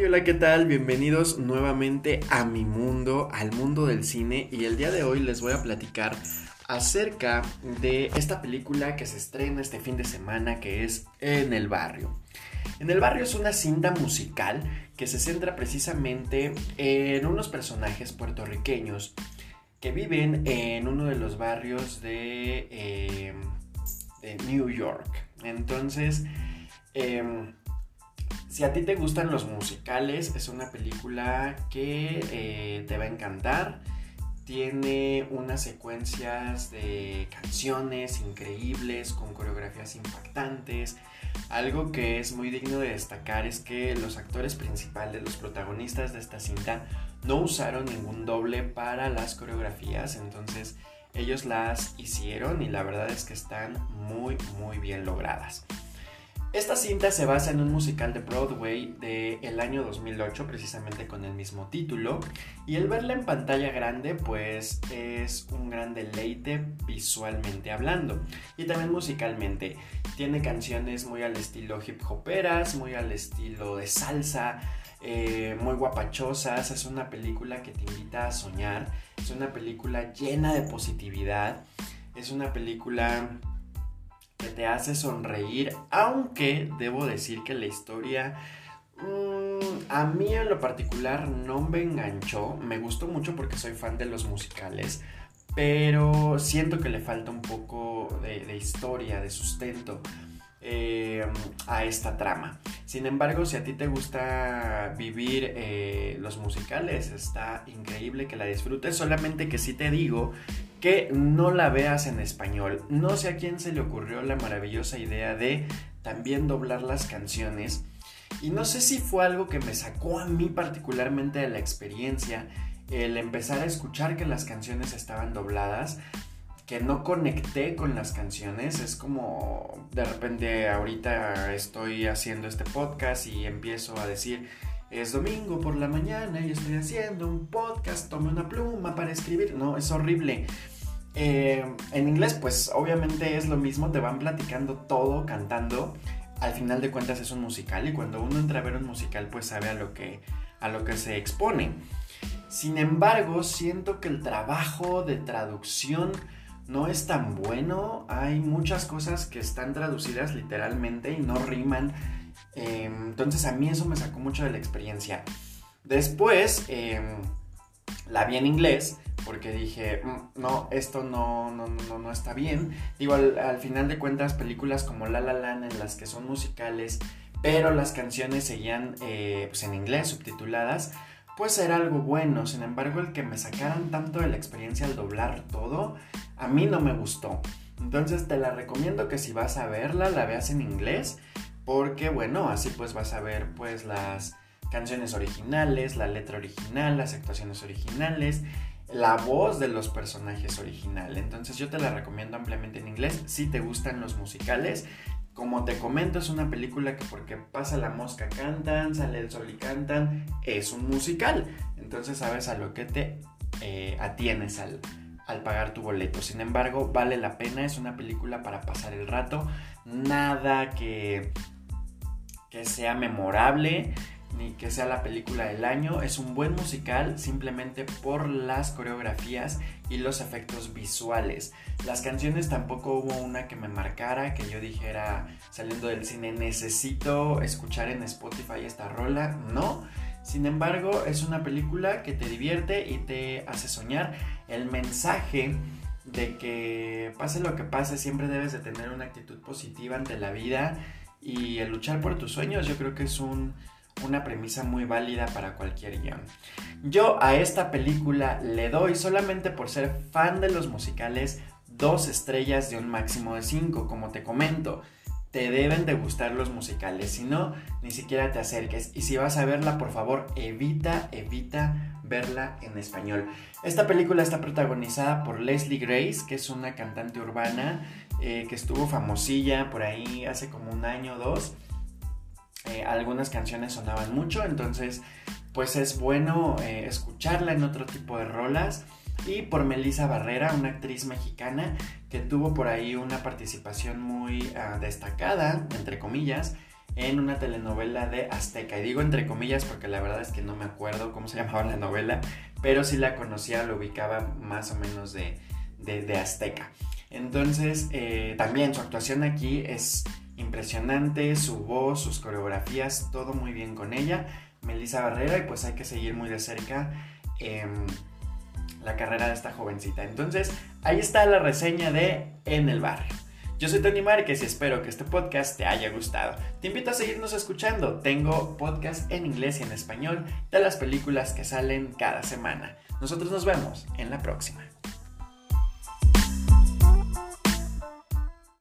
Hola, ¿qué tal? Bienvenidos nuevamente a mi mundo, al mundo del cine, y el día de hoy les voy a platicar acerca de esta película que se estrena este fin de semana, que es En el Barrio. En el Barrio es una cinta musical que se centra precisamente en unos personajes puertorriqueños que viven en uno de los barrios de New York. Entonces, si a ti te gustan los musicales, es una película que te va a encantar. Tiene unas secuencias de canciones increíbles, con coreografías impactantes. Algo que es muy digno de destacar es que los actores principales, los protagonistas de esta cinta, no usaron ningún doble para las coreografías. Entonces ellos las hicieron y la verdad es que están muy bien logradas. Esta cinta se basa en un musical de Broadway del año 2008, precisamente con el mismo título, y el verla en pantalla grande pues es un gran deleite visualmente hablando y también musicalmente. Tiene canciones muy al estilo hip hoperas, muy al estilo de salsa, muy guapachosas. Es una película que te invita a soñar, es una película llena de positividad, es una película que te hace sonreír, aunque debo decir que la historia a mí en lo particular no me enganchó. Me gustó mucho porque soy fan de los musicales, pero siento que le falta un poco de historia, de sustento a esta trama. Sin embargo, si a ti te gusta vivir los musicales, está increíble que la disfrutes, solamente que sí te digo que no la veas en español. No sé a quién se le ocurrió la maravillosa idea de también doblar las canciones, y no sé si fue algo que me sacó a mí particularmente de la experiencia, el empezar a escuchar que las canciones estaban dobladas, que no conecté con las canciones. Es como de repente ahorita estoy haciendo este podcast y empiezo a decir: es domingo por la mañana y estoy haciendo un podcast, tomé una pluma para escribir. No, es horrible. En inglés pues obviamente es lo mismo, te van platicando todo, cantando. Al final de cuentas es un musical, y cuando uno entra a ver un musical pues sabe a lo que se expone. Sin embargo, siento que el trabajo de traducción no es tan bueno. Hay muchas cosas que están traducidas literalmente y no riman. Entonces a mí eso me sacó mucho de la experiencia. Después la vi en inglés porque dije, no, esto no está bien. Digo, al final de cuentas, películas como La La Land, en las que son musicales, pero las canciones seguían pues en inglés, subtituladas, pues era algo bueno. Sin embargo, el que me sacaran tanto de la experiencia al doblar todo, a mí no me gustó. Entonces te la recomiendo que si vas a verla, la veas en inglés, porque bueno, así pues vas a ver pues las canciones originales, la letra original, las actuaciones originales, la voz de los personajes original. Entonces yo te la recomiendo ampliamente en inglés si te gustan los musicales. Como te comento, es una película que porque pasa la mosca cantan, sale el sol y cantan, es un musical. Entonces sabes a lo que te atienes al pagar tu boleto. Sin embargo, vale la pena, es una película para pasar el rato. Nada que sea memorable, ni que sea la película del año. Es un buen musical simplemente por las coreografías y los efectos visuales. Las canciones tampoco hubo una que me marcara, que yo dijera saliendo del cine necesito escuchar en Spotify esta rola, no. Sin embargo, es una película que te divierte y te hace soñar. El mensaje de que pase lo que pase, siempre debes de tener una actitud positiva ante la vida y el luchar por tus sueños, yo creo que es una premisa muy válida para cualquier guión. Yo a esta película le doy, solamente por ser fan de los musicales, 2 estrellas de un máximo de 5. Como te comento, te deben de gustar los musicales, si no, ni siquiera te acerques. Y si vas a verla, por favor, evita verla en español. Esta película está protagonizada por Leslie Grace, que es una cantante urbana que estuvo famosilla por ahí hace como un año o dos. Algunas canciones sonaban mucho, entonces pues es bueno escucharla en otro tipo de rolas. Y por Melissa Barrera, una actriz mexicana que tuvo por ahí una participación muy destacada, entre comillas, en una telenovela de Azteca. Y digo entre comillas porque la verdad es que no me acuerdo cómo se llamaba la novela, pero sí la conocía, lo ubicaba más o menos de Azteca. Entonces, también su actuación aquí es impresionante, su voz, sus coreografías, todo muy bien con ella, Melissa Barrera, y pues hay que seguir muy de cerca la carrera de esta jovencita. Entonces, ahí está la reseña de En el Barrio. Yo soy Tony Márquez y espero que este podcast te haya gustado. Te invito a seguirnos escuchando. Tengo podcast en inglés y en español de las películas que salen cada semana. Nosotros nos vemos en la próxima.